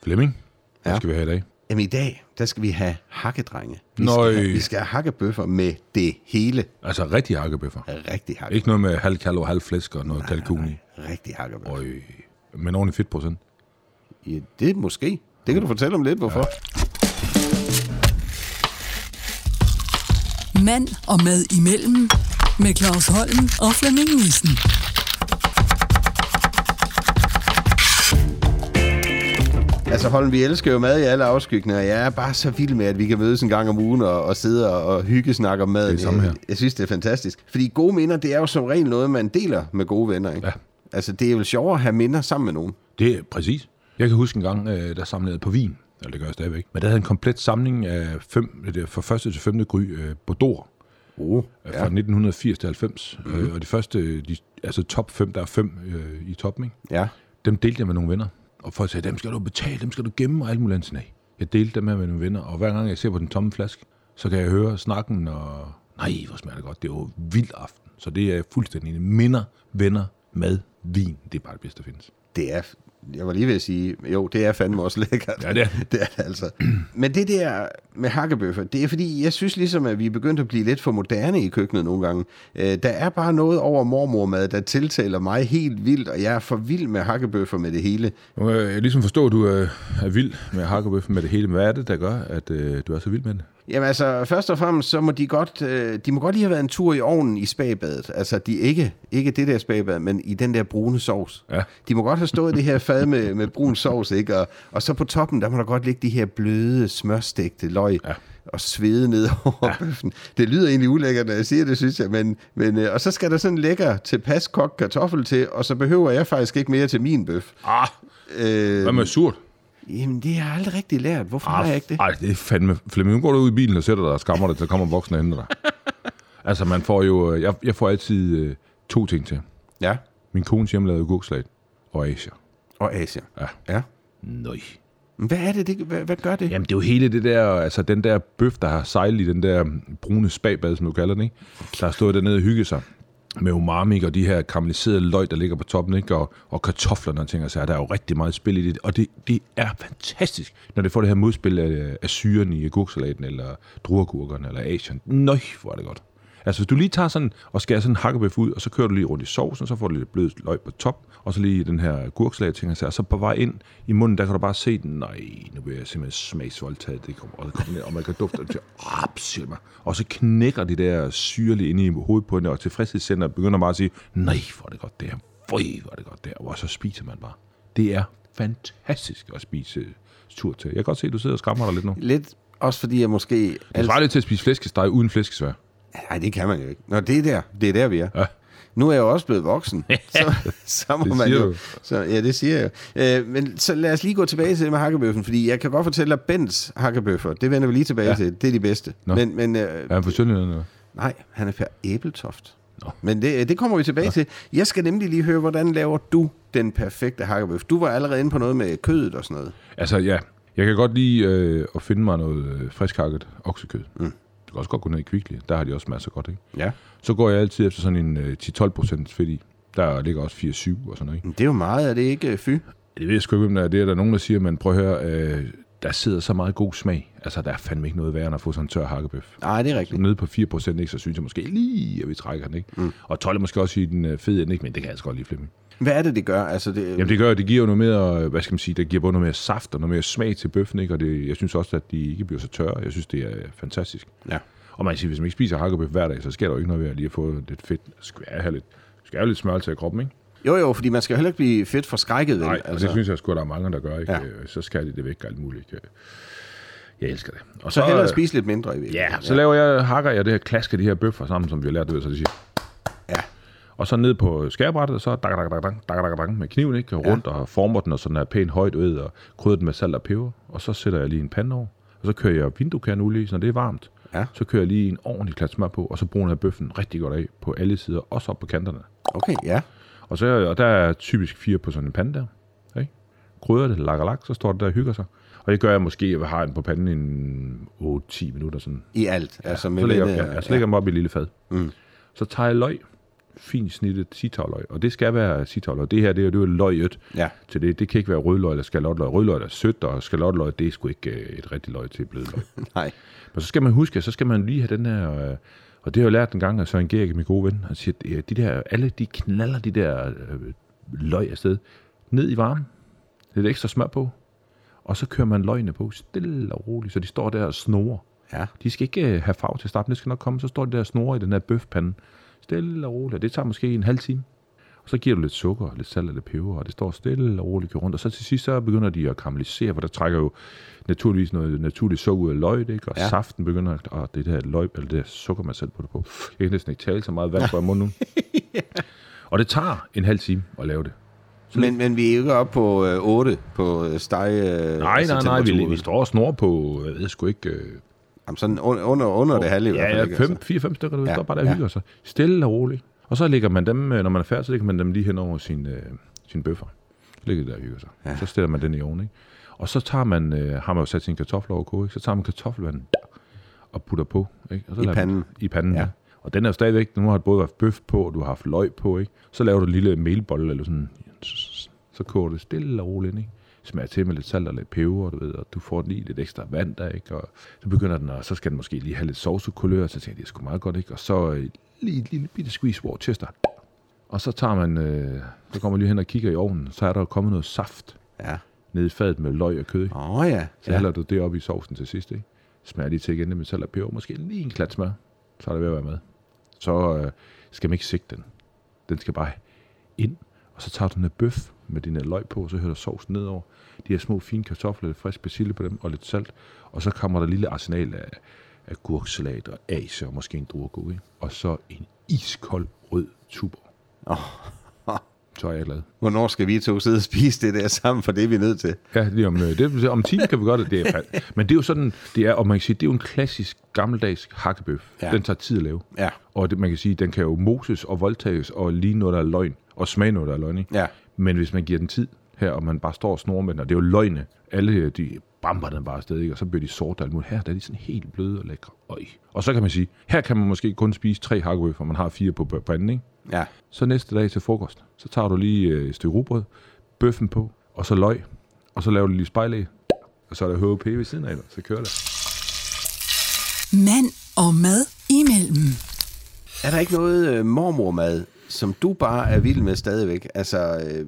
Flemming, hvad skal vi have i dag? Jamen i dag, der skal vi have hakkedrenge. Vi skal have hakkebøffer med det hele. Altså rigtig hakkebøffer? Rigtig hakkebøffer. Ikke noget med halv kalv og halv flæsk og noget kalkun i? Nej, rigtig hakkebøffer. Men ordentlig fedtprocent? Ja, det er måske. Det kan du fortælle om lidt, hvorfor. Ja. Mand og mad imellem med Claus Holm og Flemming Nielsen. Altså Holm, vi elsker jo mad i alle afskygninger, og jeg er bare så vild med, at vi kan mødes en gang om ugen og sidde og hyggesnakke om mad. Det er samme her. Jeg synes, det er fantastisk. Fordi gode minder, det er jo som regel noget, man deler med gode venner, ikke? Ja. Altså, det er jo sjovere at have minder sammen med nogen. Det er præcis. Jeg kan huske en gang, der samlede på vin. Eller det gør jeg stadigvæk. Men der havde en komplet samling af fra 1. til 5. gry Bordeaux. Fra 1980 til 90. Og de første, altså top 5, der er 5 i toppen, ikke? Ja. Dem delte jeg med nogle venner. Og folk sagde, dem skal du betale, dem skal du gemme og alt muligt andet. Nej. Jeg delte dem her med nogle venner, og hver gang jeg ser på den tomme flaske, så kan jeg høre snakken, og nej, hvor smager det godt. Det er jo vild aften. Så det er fuldstændig minder, venner, mad, vin. Det er bare det bedste, der findes. Det er, jeg var lige ved at sige, jo, det er fandme også lækkert. Ja, det er det. Er det altså. Men det der med hakkebøffer, det er fordi, jeg synes ligesom, at vi er begyndt at blive lidt for moderne i køkkenet nogle gange. Der er bare noget over mormormad, der tiltaler mig helt vildt, og jeg er for vild med hakkebøffer med det hele. Jeg ligesom forstår, at du er vild med hakkebøffer med det hele. Hvad er det, der gør, at du er så vild med det? Jamen altså, først og fremmest, så må de må godt lige have været en tur i ovnen i spagbadet. Altså, ikke det der spagbad, men i den der brune sovs. Ja. De må godt have stået i det her fad med brun sovs, ikke? Og så på toppen, der må der godt ligge de her bløde, smørstegte løg. Ja. Og svede ned over bøffen. Det lyder egentlig ulækkert, når jeg siger det, synes jeg. Men og så skal der sådan en lækker tilpas kogt kartoffel til, og så behøver jeg faktisk ikke mere til min bøf. Hvad med surt? Jamen, det har jeg aldrig rigtig lært. Hvorfor har jeg ikke det? Nej, det er fandme... Flemming, nu går du ud i bilen og sætter dig og skammer dig, så kommer voksne og henter dig. Altså, man får jo... Jeg får altid 2 ting til. Ja. Min kones hjemmelavede gurksalat og Asia. Og Asia. Ja. Nøj. Hvad er det? Hvad gør det? Jamen, det er jo hele det der... Altså, den der bøf, der har sejlet i den der brune spagbad, som du kalder den, ikke? Der har stået dernede og hygget sig med umami og de her karamelliserede løg, der ligger på toppen, ikke? Og kartoflerne og ting og sager. Der er jo rigtig meget spil i det, og det er fantastisk, når det får det her modspil af syren i gurksalaten, eller druergurkerne, eller Asien. Nøj, hvor er det godt. Altså, hvis du lige tager sådan, og skærer sådan en hakkebøf ud, og så kører du lige rundt i sovsen, så får du lidt blødt løg på top, og så lige den her gurksalat, ting og så på vej ind i munden, der kan du bare se den. Nej, nu vil jeg simpelthen smagsvoldtaget. Det kommer ned, og man kan dufte det til, og så knækker de der syrlige inde i hovedet på den, og tilfredshedscenter begynder bare at sige, nej, hvor er det godt det her. Hvor er det godt det her. Og så spiser man bare. Det er fantastisk at spise tur til. Jeg kan godt se, at du sidder og skræmmer dig lidt nu. Lidt, også fordi jeg måske... Det svarer lidt til at spise flæskesteg uden flæskesvær. Nej, det kan man jo ikke. Nå, det er der, vi er. Ja. Nu er jeg jo også blevet voksen, så må det man jo... du. Så, ja, det siger jeg jo. Men så lad os lige gå tilbage til det med hakkebøffen, fordi jeg kan godt fortælle dig, Bens hakkebøffer, det vender vi lige tilbage til. Det er de bedste. Men, er han for Sønderjylland? Nej, han er per Æbeltoft. Nå. Men det kommer vi tilbage til. Jeg skal nemlig lige høre, hvordan laver du den perfekte hakkebøf? Du var allerede inde på noget med kødet og sådan noget. Altså, ja. Jeg kan godt lide at finde mig noget friskhakket oksekød. Du kan også godt gå ned i Kvickly. Der har de også masser godt, ikke? Ja. Så går jeg altid efter sådan en 10-12% fedt i. Der ligger også 4-7 og sådan noget, ikke? Det er jo meget, er det ikke fy? Det ved jeg sgu ikke, om det er der nogen, der siger, men prøv at høre, der sidder så meget god smag. Altså, der er fandme ikke noget værre, end at få sådan en tør hakkebøf. Nej, det er rigtigt. Så nede på 4%, ikke, så synes jeg måske lige, at vi trækker den, ikke? Og 12 er måske også i den fede ende, ikke? Men det kan jeg altså godt lide, Flemming. Hvad er det gør? Altså, Jamen, det giver jo noget mere, hvad skal man sige, det giver både noget mere saft og noget mere smag til bøffen, ikke? Og jeg synes også, at de ikke bliver så tørre. Jeg synes, det er fantastisk. Ja. Og man siger, hvis man ikke spiser hakkebøf hver dag, så sker der jo ikke noget ved at lige at få lidt fedt. Skal have lidt smør til kroppen, ikke? Jo, fordi man skal jo heller ikke blive fedt forskrækket. Nej, altså. Det synes jeg sgu, der er mange, der gør, ikke? Ja. Så skal de det væk alt muligt. Jeg elsker det. Og så hellere spise lidt mindre i virkeligheden. Ja, så hakker jeg det her klasker de her bøffer sammen, som vi har lært, så det siger. Ja. Og så ned på skærebrættet, så med kniven, ikke? Rundt og former den, og sådan er pænt højt ud, og krydder den med salt og peber. Og så sætter jeg lige en pande over, og så kører jeg vindukærnolie, så det er varmt. Ja. Så kører jeg lige en ordentlig klat smør på, og så bruger jeg bøffen rigtig godt af på alle sider, også op på kanterne. Okay, ja. Og der er typisk 4 på sådan en pande der. Ikke? Krydder det, lak, så står det der og hygger sig. Og det gør jeg måske, at jeg har den på panden i 8-10 minutter. Sådan. I alt? Ja, altså med så lægger jeg dem op i et lille fad. Så tager jeg løg, fint snittet sitavløg, og det skal være sitavløg. Det her, det er jo løget til det. Det kan ikke være rødløg eller skalotløg. Rødløg er sødt, og skalotløg, det er sgu ikke et rigtigt løg til blødløg. Nej. Men så skal man huske, så skal man lige have den her, og det har jeg lært en gang af Søren Gerik, min gode ven, han siger, at de der, alle de knaller de der løg afsted, ned i varmen, lidt ekstra smør på, og så kører man løgene på, stille og roligt, så de står der og snorer. Ja. De skal ikke have farve til starten, det skal nok komme, så står de der og snorer i den her bøfpande, stille og roligt, det tager måske en halv time. Og så giver du lidt sukker, lidt salt og lidt peber, og det står stille og roligt rundt. Og så til sidst, så begynder de at karamellisere, for der trækker jo naturligvis noget naturligt sukker ud af løget, ikke? Og saften begynder at... Og det her løg, eller det her sukker, man selv putter på. Jeg kan næsten ikke tale så meget vand på i munden nu. Og det tager en halv time at lave det. Men vi er jo ikke oppe på 8 på steg. Nej, vi står og snor på, jeg ved sgu ikke... Jamen sådan under det halve i hvert fald. 4-5 stykker, der står bare der hygger sig. Stille og roligt. Og så lægger man dem, når man er færdig, så lægger man dem lige hen over sin bøffer. Så ligger det der og hygger sig. Ja. Så stiller man den i ovnen, ikke? Og så tager man, har man jo sat sine kartofler over koge, så tager man kartoffelvand og putter på, ikke? Og så I panden, ja. Og den er jo stadigvæk, nu har du både haft bøf på, og du har haft løg på, ikke? Så laver du en lille melbolle, eller sådan, så koger det stille og roligt, ikke? Smager til med lidt salt og lidt peber, du ved, og du får lige lidt ekstra vand der, ikke? Og så begynder den, og så skal den måske lige have lidt sovsekulør, så tænker jeg, det er sgu meget godt, ikke? Og så lige et lille bitte squeeze Worcester. Og så tager man, så kommer man lige hen og kigger i ovnen, så er der kommet noget saft ned i fadet med løg og kød. Så hælder du det op i sovsen til sidst, ikke? Smager lige til igen med salt og peber, måske lige en klat smør, så er det ved at være med. Så skal man ikke sigte den. Den skal bare ind, og så tager du en bøf med din løg på, og så hælder sovsen nedover. De her små fine kartofler, lidt frisk persille på dem, og lidt salt. Og så kommer der lille arsenal af gurksalat og asie, og måske en druergurke, ikke? Og så en iskold rød tuber. Så er jeg glad. Hvornår skal vi to sidde og spise det der sammen, for det er vi nødt til? Ja, lige om 10 kan vi gøre det. Men det er jo sådan, det er, og man kan sige, det er jo en klassisk gammeldags hakkebøf. Ja. Den tager tid at lave. Ja. Og det, man kan sige, den kan jo moses og voldtages og ligne noget, der er løgn, og smage noget, der er løgn, ikke? Ja. Men hvis man giver den tid her, og man bare står og snor med den, og det er jo løgne, alle de bamper den bare afsted, ikke? Og så bliver de sorte alt muligt. Her der er de sådan helt bløde og lækre. Og så kan man sige, her kan man måske kun spise 3 hakkebøffer, man har 4 på panden, ikke? Ja. Så næste dag til frokost, så tager du lige et stykke rugbrød, bøffen på, og så løg, og så laver du lige spejlæg, og så er der HOP ved siden af dig, så kører det. Mand og mad imellem. Er der ikke noget mormormad, som du bare er vild med stadigvæk? Altså,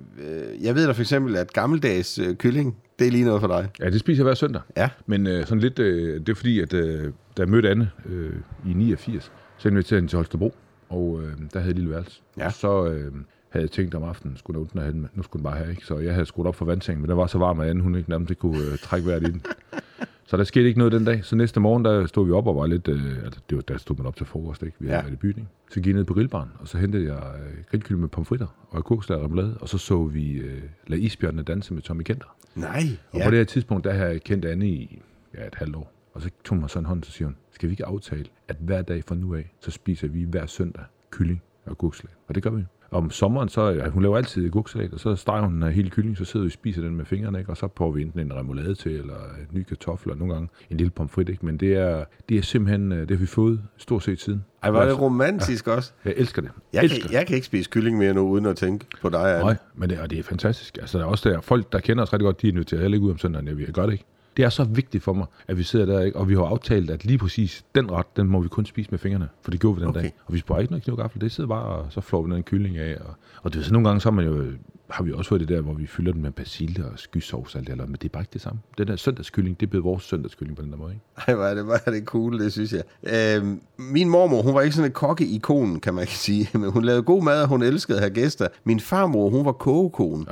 jeg ved da for eksempel, at gammeldags kylling, det er lige noget for dig. Ja, det spiser jeg hver søndag. Ja. Men sådan lidt, det er fordi, at da jeg mødte Anne i 89, så inviterede jeg hende til Holstebro, og der havde jeg et lille værelse. Ja. Så havde jeg tænkt om aftenen, skulle nu skulle den bare have, ikke? Så jeg havde skruet op for vandsengen, men der var så varm, at Anne, hun ikke nærmest kunne trække vejret i den. Så der skete ikke noget den dag. Så næste morgen, der stod vi op og var lidt... der stod man op til frokost, ikke? Vi havde været i byen, ikke? Så gik jeg ned på grillbaren, og så hentede jeg grillkylling med pomfritter og kurkslag og remoulade, og så vi lade isbjørnene danse med Tommy Kenter. Nej, og på det her tidspunkt, der havde jeg kendt Anne i et halvt år. Og så tog mig sådan en hånd, så siger hun, skal vi ikke aftale, at hver dag fra nu af, så spiser vi hver søndag kylling og kurkslag. Og det gør vi. Om sommeren, så hun laver altid gurksalat, og så steger hun den hele kylling, så sidder vi og spiser den med fingrene, ikke? Og så prøver vi enten en remoulade til, eller en ny kartoffel, og nogle gange en lille pomfrit, ikke? Men det er simpelthen, det har vi fået stort set siden. Ej, var det romantisk også? Jeg elsker det. Jeg kan ikke spise kylling mere nu, uden at tænke på dig, Anne. Nej, men det er fantastisk. Altså, der er også folk, der kender os rigtig godt, de er nødt til at heller ikke ud om søndagen, jeg gør det ikke. Det er så vigtigt for mig, at vi sidder der, ikke? Og vi har aftalt, at lige præcis den ret, den må vi kun spise med fingrene, for det gjorde vi den dag. Og vi sparer ikke noget kniv og gaffel, det sidder bare, og så flår vi den kylling af. Og det er så nogle gange, så har vi også fået det der, hvor vi fylder den med persille og skysovs og alt det, men det er bare ikke det samme. Den der søndagskylling, det er blevet vores søndagskylling på den der måde, ikke? Ej, hvor er det cool, det synes jeg. Min mormor, hun var ikke sådan et kokke-ikon, kan man sige, men hun lavede god mad, og hun elskede at have gæster. Min farmor, hun var kogekone,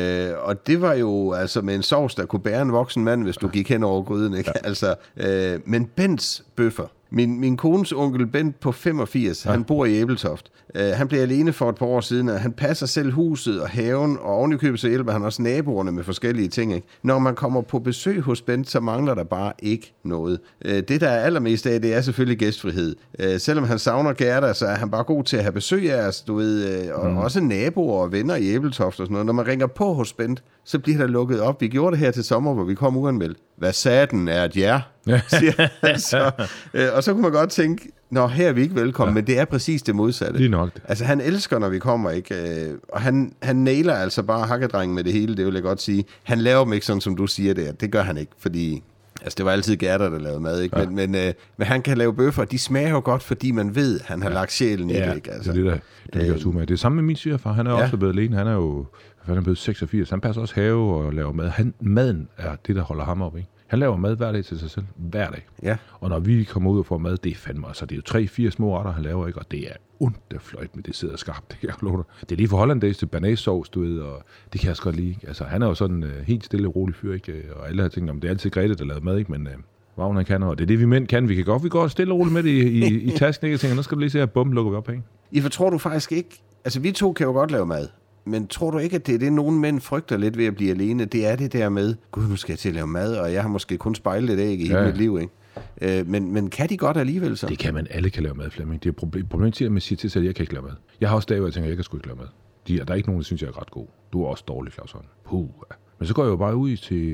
og det var jo altså med en sovs, der kunne bære en voksen mand, hvis du gik hen over gryden, ikke? Ja. Altså, men Bents bøffer. Min kones onkel Bent på 85, han bor i Ebeltoft. Han blev alene for et par år siden, og han passer selv huset og haven, og oven i købet så hjælper han også naboerne med forskellige ting, ikke? Når man kommer på besøg hos Bent, så mangler der bare ikke noget. Det, der er allermest af, det er selvfølgelig gæstfrihed. Selvom han savner Gerda, så er han bare god til at have besøg af os, du ved, og også naboer og venner i Ebeltoft og sådan noget. Når man ringer på hos Bent, så bliver der lukket op. Vi gjorde det her til sommer, hvor vi kom uanmeldt. Hvad satan er et jer? Siger han så. Og så kunne man godt tænke, Nå, her er vi ikke velkommen, men det er præcis det modsatte. Lige nok det. Altså, han elsker, når vi kommer, ikke? Og han nailer altså bare hakkedrengen med det hele, det vil jeg godt sige. Han laver dem ikke sådan, som du siger det. Det gør han ikke, fordi... Altså, det var altid Gerda, der lavede mad, ikke? Ja. Men han kan lave bøffer, de smager jo godt, fordi man ved, at han har lagt sjælen i det, ikke? Altså, det er det gør også med. Det er samme med min svigerfar. Han er også blevet alene. Han er jo blevet 86. Han passer også have og laver mad. Maden er det, der holder ham op, ikke? Han laver mad hver dag til sig selv. Hver dag. Ja. Og når vi kommer ud og får mad, det er fandme. Altså, det er jo 3-4 små retter, han laver, ikke? Og det er underfløjt, men det sidder skarpt. Det er lige for hollandaise til banæssovs, du ved, og det kan jeg også godt lide. Altså, han er jo sådan helt stille og rolig fyr, ikke? Og alle har tænkt, om det er altid Grete, der laver mad, ikke? Men Wagner kan, og det er det, vi mænd kan. Vi går stille og roligt med det i tasken, ikke? Jeg tænker, nu skal du lige se, at bum, lukker vi op, ikke? For tror du faktisk ikke... Altså, vi to kan jo godt lave mad. Men tror du ikke, at det er det, nogle mænd frygter lidt ved at blive alene? Det er det der med, gud, nu skal jeg til at lave mad, og jeg har måske kun spejlet et æg i hele mit liv, ikke? Men kan de godt alligevel så? Det kan man. Alle kan lave mad, Flemming. Det er problemet til, at man siger til sig, at jeg kan ikke lave mad. Jeg har også dage, hvor jeg tænker, at jeg kan sgu ikke lave mad. Der er ikke nogen, der synes, jeg er ret god. Du er også dårlig, Claus Holm. Men så går jeg jo bare ud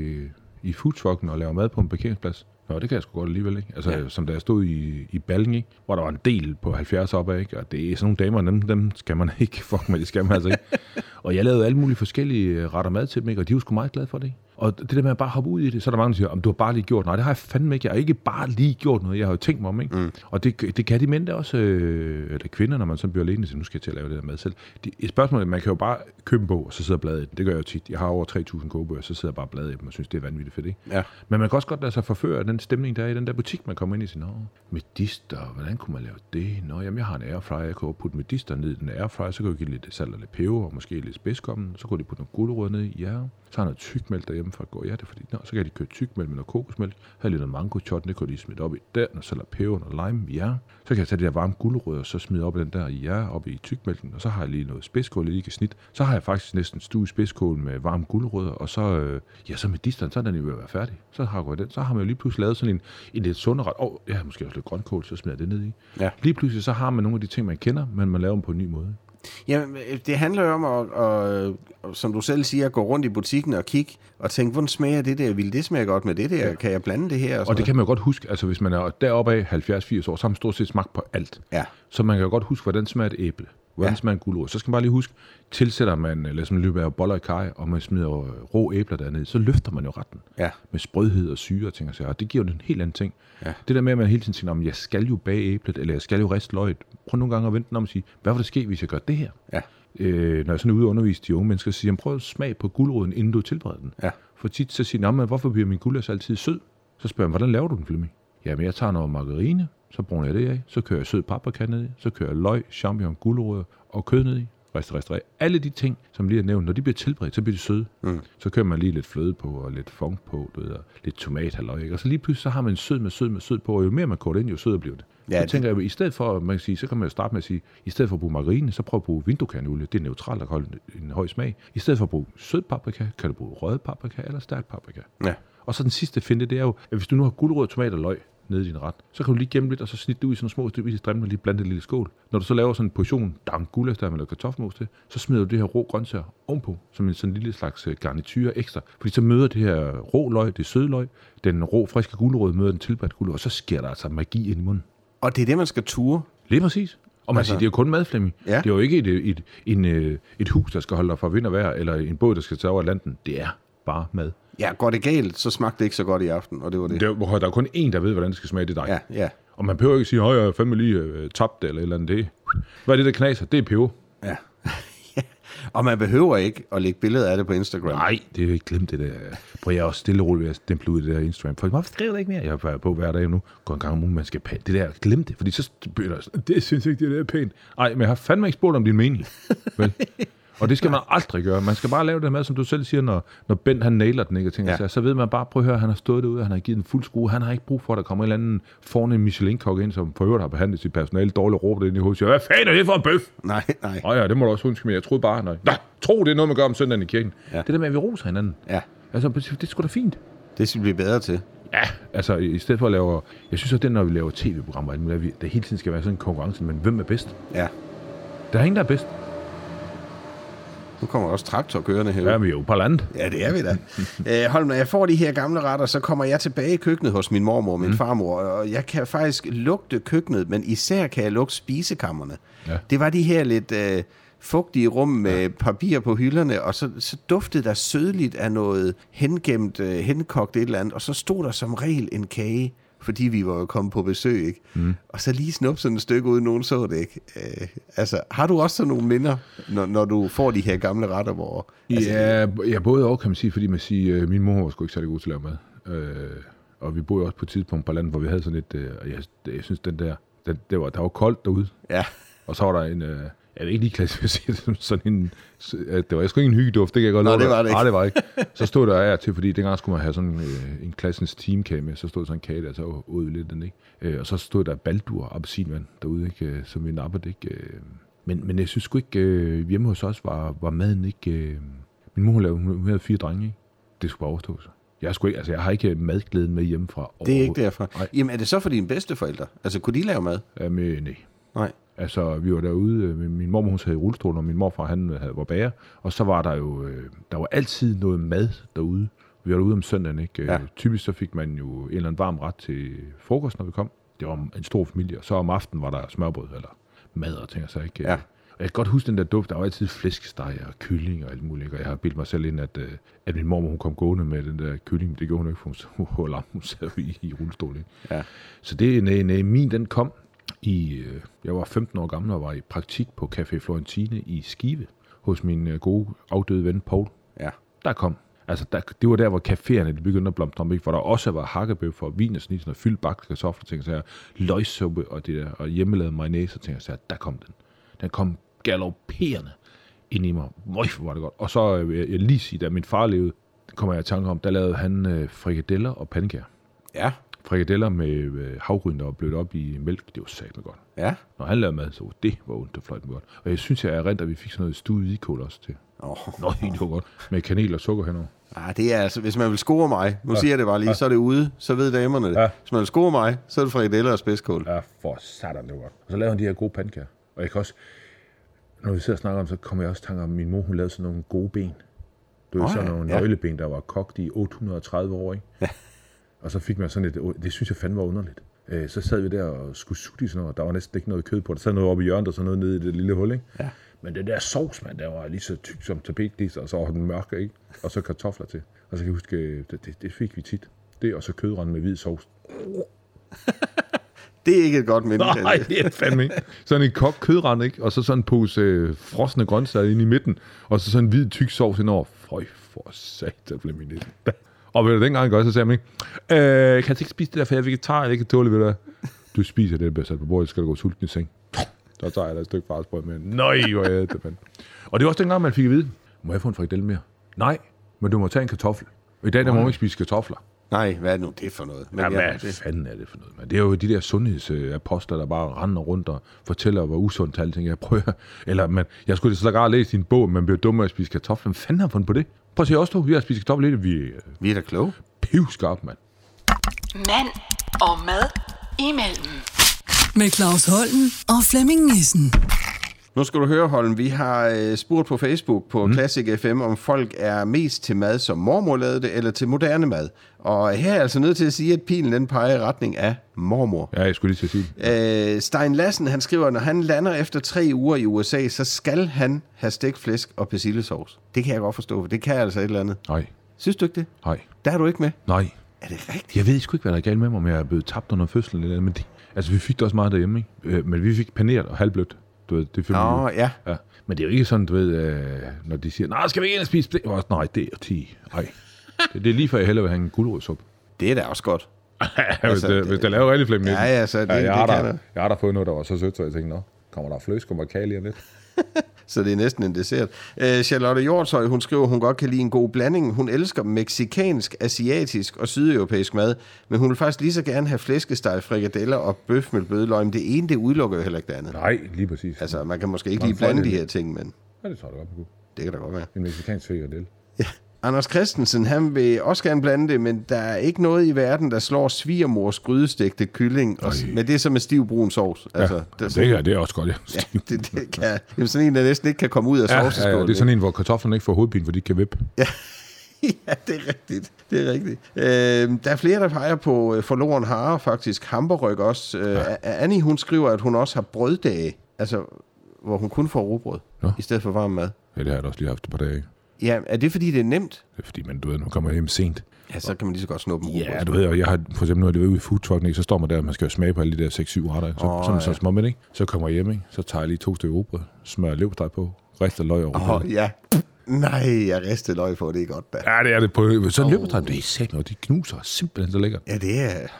i foodtrucken og laver mad på en parkeringsplads. Nå, det kan jeg sgu godt alligevel, ikke? Altså, som da jeg stod i Balling, ikke? Hvor der var en del på 70 opad, ikke? Og det er sådan nogle damer, dem skal man ikke fuck med, det skal man altså ikke. Og jeg lavede alle mulige forskellige retter mad til dem, ikke? Og de var sgu meget glade for det. Og det der med at bare hoppe ud i det, så er der mange, der siger, om du har bare lige gjort. Nej, det har jeg fandme ikke. Jeg har ikke bare lige gjort noget. Jeg har jo tænkt mig om, ikke? Og det kan de mænd også, eller kvinder, når man så bliver alene, så nu skal jeg til at lave det der mad selv. Et spørgsmål er, man kan jo bare købe en bog, og så sidder og blade i den. Det gør jeg jo tit. Jeg har over 3.000 kogebøger, så sidder jeg bare og blade i dem, og synes, det er vanvittigt fedt, ikke? Ja. Men man kan også godt lade sig forføre af den stemning, der er i den der butik, man kommer ind i sin medister, hvordan kunne man lave det? Nå, jamen, jeg har en airfryer, jeg kan putte medister ned i den airfryer, så kan jeg give lidt salt og lidt peber, og måske lidt spidskommen, så kan de putte noget gulerod ned i, ja. Så har jeg noget tykmælk derhjemme fra går, ja, det er fordi, så kan de købe tykmælk med noget kokosmælk, have lidt noget mango chutney, det kan de smide op i der, og så lidt peber og lime, ja. Så kan jeg tage de der varme gulerødder, og så smide op i den der, ja, op i tykmælken, og så har jeg lige noget spidskål, jeg lige kan snit. Så har jeg faktisk næsten stuet spidskål med varme gulerødder, og så, så medisteren, så er den jo ved at være færdig. Så har jeg den, så har man jo lige pludselig lavet sådan en lidt sundere ret. Jeg har måske også lidt grønkål, så smider jeg det ned i. Ja. Lige pludselig så har man nogle af de ting, man kender, men man laver dem på en ny måde. Ja, det handler jo om at, som du selv siger, at gå rundt i butikken og kigge og tænke, hvordan smager det der? Vil det smage godt med det der? Kan jeg blande det her? Og det kan man jo godt huske, altså hvis man er deroppe af 70-80 år, så har man stort set smagt på alt. Ja. Så man kan jo godt huske, hvordan smager et æble, hvordan smager en gulerod. Så skal man bare lige huske, tilsætter man, eller som løber af boller i kaj, og man smider rå æbler dernede, så løfter man jo retten. Ja. Med sprødhed og syre og ting og sager. Og det giver jo en helt anden ting. Ja. Det der med, at man hele tiden tænker, jeg skal jo bage æblet, eller jeg skal jo riste løget. Prøv nogle gange at vente om at sige, hvad vil der ske, hvis jeg gør det her? Ja. Når jeg sådan er ude og undervise de unge mennesker, så siger jeg, prøv at smage på guleroden, inden du tilbereder den. Ja. For tit så siger jeg, hvorfor bliver min gulerod altid sød? Så spørger jeg, hvordan laver du den, Flemming? Jamen, jeg tager noget margarine, så bruger jeg det af, så kører jeg sød paprika ned i, så kører jeg løg, champignon, gulerødder og kød ned i. Rester. Alle de ting, som lige er nævnt, når de bliver tilberedt, så bliver de søde. Så kører man lige lidt fløde på, og lidt funk på, og lidt tomat, halløj, og så lige pludselig så har man sød på, og jo mere man koger ind, jo sødere bliver det. Ja, så tænker jeg, i stedet for, man kan sige, så kan man jo starte med at sige, i stedet for at bruge margarine, så prøv at bruge vindukanolie, det er neutralt og holder en høj smag. I stedet for at bruge sød paprika, kan du bruge rød paprika eller stærk paprika. Ja. Og så den sidste finte, det er jo, at hvis du nu har gulerod, tomat og løg nede i din ret, så kan du lige gemme lidt, og så snitte det ud i sådan små stykker i strimler, og lige blande det i en lille skål. Når du så laver sådan en portion gulas, der med noget kartoffelmos til, så smider du det her rå grøntsager ovenpå, som en sådan lille slags garnityre ekstra. Fordi så møder det her rå løg, det søde løg, den rå, friske gulerod møder den tilberedte gulerod, og så sker der altså magi ind i munden. Og det er det, man skal ture? Lige præcis. Og man siger, det er jo kun mad, Flemming. Ja. Det er jo ikke et hus, der skal holde dig fra vind og vejr, eller en båd, der skal tage over Atlanten. Det er bare mad. Ja, går det galt, så smagte det ikke så godt i aften, og det var det. Der er kun én, der ved, hvordan det skal smage, det er dig. Ja. Og man behøver ikke sige, jeg har fandme lige tabt det, eller et eller andet. Hvad er det, der knaser? Det er peber. Ja. Og man behøver ikke at lægge billeder af det på Instagram. Nej, det er jo ikke glemt det der. Prøv, jeg er også stille og roligt ved at stemple ud i det der Instagram. For hvorfor skriver det ikke mere? Jeg er på hver dag nu. Går en gang om ugen, man skal det der. Glem det, fordi så begynder det synes jeg ikke, det er pænt. Nej, men jeg har fandme ikke spurgt om din mening. Vel? Og det skal man aldrig gøre. Man skal bare lave det med, som du selv siger, når Bent han nailer den, ikke? Og tænker, så ved man bare, prøv at høre, han har stået derude, han har givet en fuld skrue. Han har ikke brug for, at der kommer en eller anden fornem Michelin-kok ind, som for øvrigt har behandlet sit personale dårligt, råber det ind i hovedet. Hvad fanden er det for en bøf? Nej. Ja, det må du også undskylde, men jeg troede bare, tro det er noget, man gør om søndagen i kirken. Ja. Det der med, at vi roser hinanden. Ja. Altså, det er sgu da fint. Det skal vi blive bedre til. Ja, altså i stedet for at lave... Jeg synes også, det når vi laver tv-programmer, der hele tiden skal være sådan en konkurrence, men hvem er bedst? Ja. Der er ingen, der er bedst. Nu kommer også traktor kørende her. Ja, vi er jo på landet. Ja, det er vi da. Holm, når jeg får de her gamle retter, så kommer jeg tilbage i køkkenet hos min mormor og min farmor, og jeg kan faktisk lugte køkkenet, men især kan jeg lugte spisekammerne. Ja. Det var de her lidt fugtige rum med papir på hylderne, og så duftede der sødligt af noget hengemt, henkogt et eller andet, og så stod der som regel en kage, fordi vi var jo kommet på besøg, ikke? Og så lige snup sådan et stykke uden nogen så det, ikke? Altså, har du også sådan nogle minder, når du får de her gamle retter, hvor... Ja, både og, kan man sige, fordi man siger, min mor var sgu ikke særlig god til at lave mad. Og vi boede også på et tidspunkt på landet, hvor vi havde sådan et... jeg synes, der var koldt derude. Ja. Og så var der en... jeg vil ikke lige klassificere det som sådan en... Det var sgu ikke en hyggeduft, det kan jeg godt love. Nej, det var det ikke. Nej, det var ikke. Så stod der af til, fordi dengang skulle man have sådan en klassens teamkage med, så stod der sådan en kage, der så ud lidt den, ikke? Og så stod der baldur appelsinvand derude, ikke? Som vi nappede, ikke? Men jeg synes sgu ikke, hjemme hos os var maden ikke... Min mor hun havde 4 drenge, ikke? Det skulle bare overstås. Jeg har ikke madglæden med hjemmefra. Det er ikke derfra. Nej. Jamen, er det så for dine bedsteforældre? Altså, kunne de lave mad? Nej. Nej. Altså, vi var derude, min mormor hun sad i rullestol, og min morfar han var bager, og så var der jo, der var altid noget mad derude. Vi var derude om søndagen, ikke? Ja. Typisk så fik man jo en eller anden varm ret til frokost, når vi kom. Det var en stor familie, og så om aftenen var der smørbrød eller mad og ting, så ikke. Ja. Og jeg kan godt huske den der duft, der var altid flæskesteg og kylling og alt muligt, og jeg har bildt mig selv ind, at min mormor hun kom gående med den der kylling, det gjorde hun ikke, for hun sad i rullestol, ikke? Ja. Så det, min den kom jeg var 15 år gammel og var i praktik på Café Florentine i Skive hos min gode afdøde ven Paul. Ja. Der kom. Altså, det var der, hvor caféerne begyndte at blomstre om, ikke? For der også var hakkebøf og wienersnitzel og fyldt bagt kartofler, ting så her, løgsuppe og det der, og hjemmelavet mayonnaise, ting så her, der kom den. Den kom galopperende ind i mig. Hvor var det godt. Og så, jeg lige sige, da min far levede, kommer jeg i tanke om, der lavede han frikadeller og pandekager. Ja. Frikadeller med havgryn, der var blødt op i mælk, det var satme godt. Ja. Når han lavede mad, så det var ondt og fløjt godt. Og jeg synes, jeg er rent, at vi fik sådan noget stuet hvidkål også til. Nå, det var godt. Med kanel og sukker henover. Ah, det er altså, hvis man vil score mig, nu siger jeg det bare lige, så er det ude, så ved damerne det. Ja. Hvis man vil score mig, så er det frikadeller og spidskål. Ja, for satan, det var godt. Og så lavede han de her gode pandekager. Og jeg kan også, når vi sidder og snakker om, så kommer jeg også tanke om, at min mor, hun lavede sådan nogle gode ben. Det var sådan nogle nøgleben, der var kogt i 830 år, ikke? Ja. Og så fik man sådan et, det synes jeg fandme var underligt. Så sad vi der og skulle sutte i sådan noget, der var næsten ikke noget kød på. Der sad noget oppe i hjørnet og sådan noget nede i det lille hul, ikke? Ja. Men den der sovs, man, der var lige så tyk som tapetglis, og så var den mørk, ikke? Og så kartofler til. Og så kan jeg huske, det fik vi tit. Det og så kødrende med hvid sovs. Det er ikke et godt minde. Nej, det er fandme ikke. Sådan en kogt kødrende, ikke? Og så sådan en pose frosne grøntsager inde i midten, og så sådan en hvid tyk sovs indover. Føj for satan, blev min næsten. Og ved du, dengang så sagde man ikke, kan jeg ikke spise det der, for jeg er vegetar, jeg ikke tåle ved det. Du spiser det, der bliver sat på bordet, så skal du gå sulten i seng. Så tager jeg da et stykke farsbrød med. Nej, hvor er det, mand. Og det var også dengang, man fik at vide, må jeg få en frikadelle mere? Nej, men du må tage en kartoffel. Og i dag, der må man ikke spise kartofler. Nej, hvad er det nu det for noget? Men hvad fanden er det for noget, man? Det er jo de der sundhedsaposter, der bare render rundt og fortæller, hvor usundt alting er. Jeg prøver, eller jeg skulle så gerne læse din bog, man bliver dummere at spise kartofler. Hvad fanden har fundet på det? Prøv at se os to, vi har spist kartofler lidt. Vi er da kloge. Pivskarp, mand. Mand og mad imellem. Med Claus Holm og Flemming Nissen. Nu skal du høre, Holm, vi har spurgt på Facebook på Classic FM, om folk er mest til mad, som mormor lavede det, eller til moderne mad. Og her er jeg altså nødt til at sige, at pilen den peger i retning af mormor. Ja, jeg skulle lige til at sige. Stein Lassen, han skriver, at når han lander efter 3 uger i USA, så skal han have stegt flæsk og persillesovs. Det kan jeg godt forstå, for det kan jeg altså et eller andet. Nej. Synes du ikke det? Nej. Der er du ikke med? Nej. Er det rigtigt? Jeg ved sgu ikke, hvad der er galt med mig, om jeg er blevet tabt under fødslen eller men altså, vi fik det også meget derhjemme, ikke? Men vi fik paneret og halvblødt. Du ved, det ja. Men det er jo ikke sådan, du ved, når de siger, nej, skal vi ikke ind og spise det? Nej, det er 10. Nej. Det er lige før, jeg hellere vil have en gulerodsuppe. Det er da også godt. hvis der laver rigtig Flemming. Ja, så det, jeg har da fået noget, der var så sødt, så jeg tænkte, nå, kommer der flødeskum og kage lige lidt? Så det er næsten en dessert. Charlotte Hjortshøj, hun skriver, hun godt kan lide en god blanding. Hun elsker mexikansk, asiatisk og sydeuropæisk mad, men hun vil faktisk lige så gerne have flæskesteg, frikadeller og bøf med bødeløg. Men det ene, det udelukker jo heller ikke det andet. Nej, lige præcis. Altså, man kan måske ikke lige blande de her ting, men... Ja, det tror jeg da godt på. Det kan da godt være. En mexikansk frikadelle. Ja, Anders Christensen, han vil også gerne blande det, men der er ikke noget i verden, der slår svigermors grydestegte kylling, men det er som med stiv brun sovs. Ja, altså, det er også godt, ja. Ja, det kan. Jamen, sådan en, der næsten ikke kan komme ud af sovseskålen. Ja, det er sådan en, hvor kartoflerne ikke får hovedpine, fordi de kan vippe. Ja. Ja, det er rigtigt. Der er flere, der peger på forloren hare, faktisk. Hamburg også. Annie, hun skriver, at hun også har brøddage, altså, hvor hun kun får rugbrød, i stedet for varm mad. Ja, det har jeg da også lige haft et par dage. Ja, er det fordi, det er nemt? Det er fordi, du ved, nu kommer jeg hjem sent. Ja, så kan man lige så godt snuppe en rugbrød. Ja, du ved, og jeg har for eksempel, når det er ude i foodtrucken, så står man der, og man skal jo smage på alle de der 6-7 retter. Så småmænd, ikke? Så kommer jeg hjem, ikke? Så tager jeg lige 2 stykker rugbrød, smører leverpostej på, rister løg over rugbrød. Ja. Nej, jeg rister løg på, det er godt da. Ja, det er det på sådan en leverpostej. Det er sæt noget, de knuser simpelthen så lækkert. Ja, det er...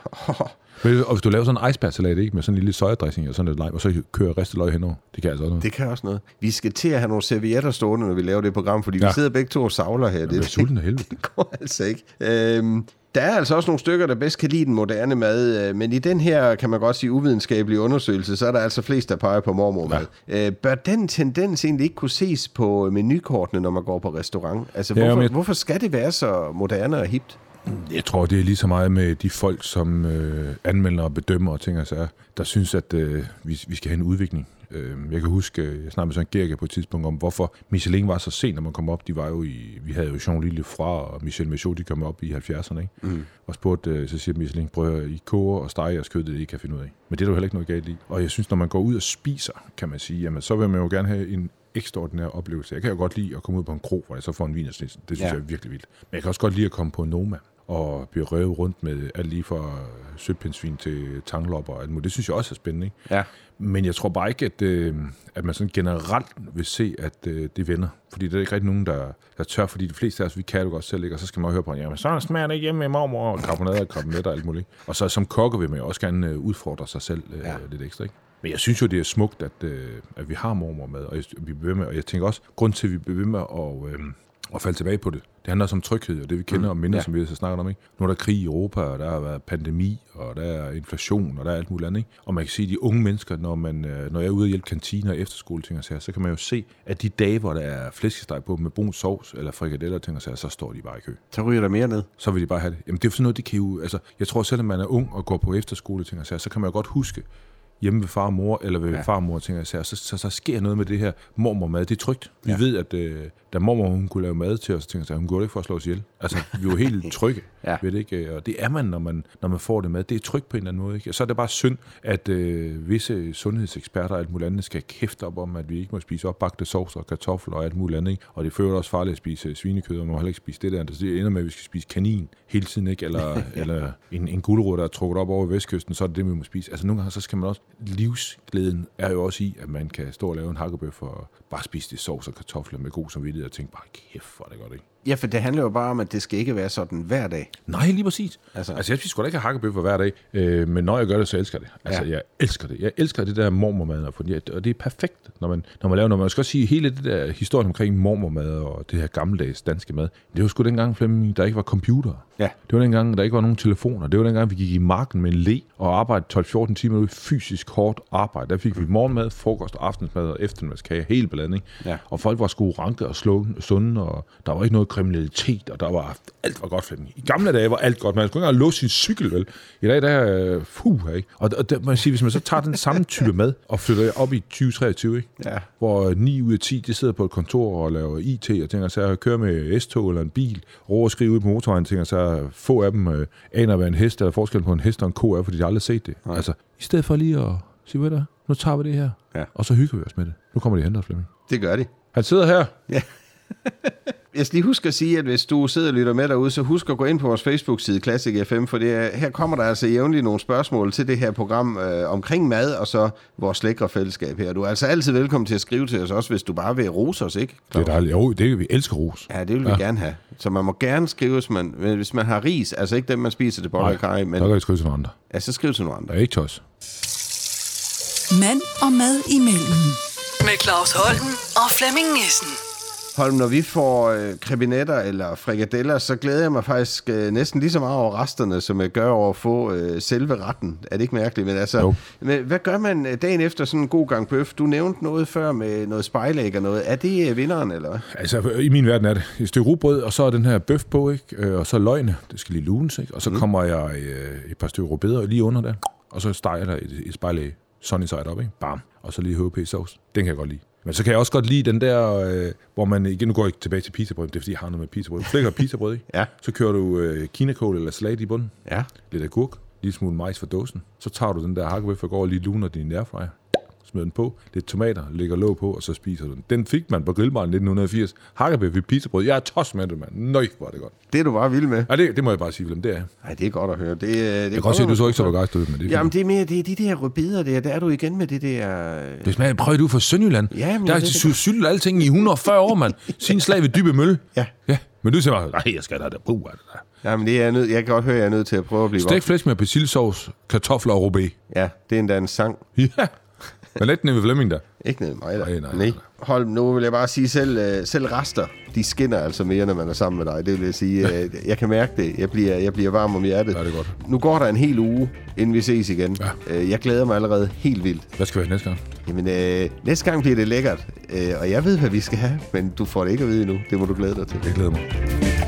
Og hvis du laver sådan en icebergsalat, ikke, med sådan en lille sojadressing og sådan lidt lime, og så kører ristet løg henover, det kan altså også noget. Det kan også noget. Vi skal til at have nogle servietter stående, når vi laver det program, fordi vi sidder begge to og savler her. Det er sulten af helvede. Det går altså ikke. Der er altså også nogle stykker, der bedst kan lide den moderne mad, men i den her, kan man godt sige, uvidenskabelige undersøgelse, så er der altså flest, der peger på mormormad. Ja. Bør den tendens egentlig ikke kunne ses på menukortene, når man går på restaurant? Altså, hvorfor skal det være så moderne og hipt? Jeg tror, det er lige så meget med de folk, som anmelder og bedømmer og ting, altså, der synes, at vi skal have en udvikling. Jeg kan huske, jeg snakkede med Søren Gerke på et tidspunkt om, hvorfor Michelin var så sent, når man kom op. Vi havde jo Jean-Louis Lefra og Michel Michaud, de kom op i 70'erne, ikke? Mm. Og spurgte, så siger Michelin, prøv I koger og steger jeres kød, det I kan finde ud af. Men det er der jo heller ikke noget galt i. Og jeg synes, når man går ud og spiser, kan man sige, jamen, så vil man jo gerne have en ekstraordinær oplevelse. Jeg kan jo godt lide at komme ud på en krog, hvor jeg så får en wienerschnitzel. Det synes jeg er virkelig vildt. Men jeg kan også godt lide at komme på Noma og blive revet rundt med alt lige fra sødpindsvin til tanglopper og alt muligt. Det synes jeg også er spændende, ikke? Ja. Men jeg tror bare ikke, at man sådan generelt vil se, at det vender. Fordi der er ikke rigtig nogen, der tør, fordi de fleste af os, vi kan jo godt selv, ikke? Og så skal man høre på, jamen så smager det hjemme med mormor og karbonade og krabbenet og alt muligt. Og så som kokke vil man jo også gerne udfordre sig selv lidt ekstra, ikke? Men jeg synes jo, det er smukt, at vi har mormor med, og vi bliver med. Og jeg tænker også, grund til, at vi bliver med at falde tilbage på det. Det handler også om tryghed, og det vi kender om minder, som vi har snakket om, ikke? Nu er der krig i Europa, og der har været pandemi, og der er inflation, og der er alt muligt andet, ikke? Og man kan sige, at de unge mennesker, når jeg er ude og hjælpe kantiner og efterskoleting og så kan man jo se, at de dage, hvor der er flæskesteg på med brun sovs eller frikadeller ting og så står de bare i kø. Så ryger der mere ned. Så vil de bare have det. Jamen det er sådan noget, de kan jo, altså jeg tror selvom man er ung og går på efterskole ting og så kan man jo godt huske, hjemme ved far og mor, eller ved far og mor, tænker jeg, så sker noget med det her mormormad. Det er trygt. Vi ved, at da mormor hun kunne lave mad til os, så tænker jeg, hun gjorde det ikke for at slå os ihjel. Altså, vi var helt trygge ved det, ikke? Og det er man, når man får det mad. Det er trygt på en eller anden måde, ikke? Og så er det bare synd, at visse sundhedseksperter og alt muligt andet skal kæfte op om, at vi ikke må spise opbagte sovser og kartofler og alt muligt andet, ikke? Og det føler også farligt at spise svinekød, og man må heller ikke spise det der. Så det ender med, at vi skal spise kanin hele tiden, ikke? Eller en gulerod, der er trukket op over vestkysten, så er det det, vi må spise. Altså nogle gange, så skal man også... Livsglæden er jo også i, at man kan stå og lave en hakkebøf og bare spise det sovs og kartofler med god samvittighed og tænke bare, kæft, hvor er det godt, ikke? Ja, for det handler jo bare om, at det skal ikke være sådan hver dag. Nej, lige præcis. Altså jeg spiser sgu da ikke have hakkebøffer hver dag, men når jeg gør det, så elsker det. Altså, jeg elsker det. Jeg elsker det der mormormad, og det er perfekt, når man laver noget. Man skal også sige, hele det der historien omkring mormormad og det her gammeldags danske mad, det var sgu dengang, Flemming, der ikke var computere. Ja. Det var dengang, der ikke var nogen telefoner. Det var dengang, vi gik i marken med en le og arbejdede 12-14 timer ud fysisk hårdt arbejde. Der fik vi morgenmad, frokost, aftensmad og eftermiddagskage, hele blanding. Ja. Og folk var sgu ranke og sunde, og der var ikke noget kriminalitet, og alt var godt for dem. I gamle dage var alt godt. Man skulle ikke engang låse sin cykel, vel? I dag, der er ikke? Og der, man siger, hvis man så tager den samme type mad og flytter op i 2023, ikke? Ja. Hvor 9 ud af 10, de sidder på et kontor og laver IT, og tænker sig at køre med S-tog eller en bil, råber og skrive ud på motorvejen, tænker sig få af dem aner, hvad en hest eller forskel på en hest og en ko er, fordi de aldrig har set det. Nej. Altså, i stedet for lige at sige, hvad der nu tager vi det her, og så hygger vi os med det. Nu kommer de hen, Flemming. Det gør de. Han sidder her. Ja. Jeg skal lige huske at sige, at hvis du sidder og lytter med derude, så husk at gå ind på vores Facebook-side Classic FM, for her kommer der altså jævnligt nogle spørgsmål til det her program omkring mad, og så vores lækre fællesskab her. Du er altså altid velkommen til at skrive til os, også hvis du bare vil rose os, ikke? Det er dejligt. Jo, vi elsker ros. Ja, det vil vi gerne have. Så man må gerne skrive, hvis man har ris, altså ikke dem, man spiser til boller og kaj, men... så kan I skrive til nogle andre. Ja, så skriv til nogle andre. Ja, ikke til os. Mand og mad imellem. Med Claus Holm og Flemming Nissen. Holm, når vi får krebinetter eller frikadeller, så glæder jeg mig faktisk næsten lige så meget over resterne, som jeg gør over at få selve retten. Er det ikke mærkeligt? Men altså, hvad gør man dagen efter sådan en god gang bøf? Du nævnte noget før med noget spejlæg og noget. Er det vinderen, eller hvad? Altså, i min verden er det et stykke rugbrød, og så er den her bøf på, ikke? Og så løgne. Det skal lige lunes, ikke? Og så kommer jeg et par stykker rødbeder lige under der, og så steger der et spejlæg sunny side up, ikke? Bam. Og så lige HP-sauce. Den kan jeg godt lide. Men så kan jeg også godt lide den der, hvor man igen, nu går jeg ikke tilbage til pizzabrød, det er fordi, jeg har noget med pizzabrød. Flækker pizzabrød, ikke? Ja. Så kører du kinakål eller salat i bunden. Ja. Lidt agurk, lige smule majs fra dåsen. Så tager du den der hakkebøf og går og lige luner din airfryer. Smider den på, lidt tomater, lægger låg på, og så spiser du den. Den fik man på grillbaren 1980. Hakkebøf i pizzabrød. Jeg er tos med det, mand. Nøj, hvor er det godt. Det er du bare vild med. Ja, det må jeg bare sige, Willem, det er. Nej, det er godt at høre. Det jeg kan godt se, at du så ikke så begejstret ud med det. Jamen, det er mere det er de der rødbeder der. Der er du igen med det der... Det smager, prøv du fra Sønderjylland. Ja, der er syltet alting i 140 år, mand. Sin slag ved Dybe Mølle. Ja. Men du siger bare, nej, jeg skal da brug af det der. Jamen, det er jeg kan godt høre, at jeg er nødt til at prøve at blive stegt flæsk med persillesauce, kartofler og rubé. Ja, det er endda en sang. Ja. Men ikke nede ved Flemming der. Ikke nede med mig der. Nej. Holm, nu vil jeg bare sige, selv rester, de skinner altså mere, når man er sammen med dig. Det vil jeg sige. Jeg kan mærke det. Jeg bliver varm om hjertet. Ja, det er godt. Nu går der en hel uge, inden vi ses igen. Ja. Jeg glæder mig allerede helt vildt. Hvad skal vi have næste gang? Jamen, næste gang bliver det lækkert. Og jeg ved, hvad vi skal have, men du får det ikke at vide endnu. Det må du glæde dig til. Jeg glæder mig.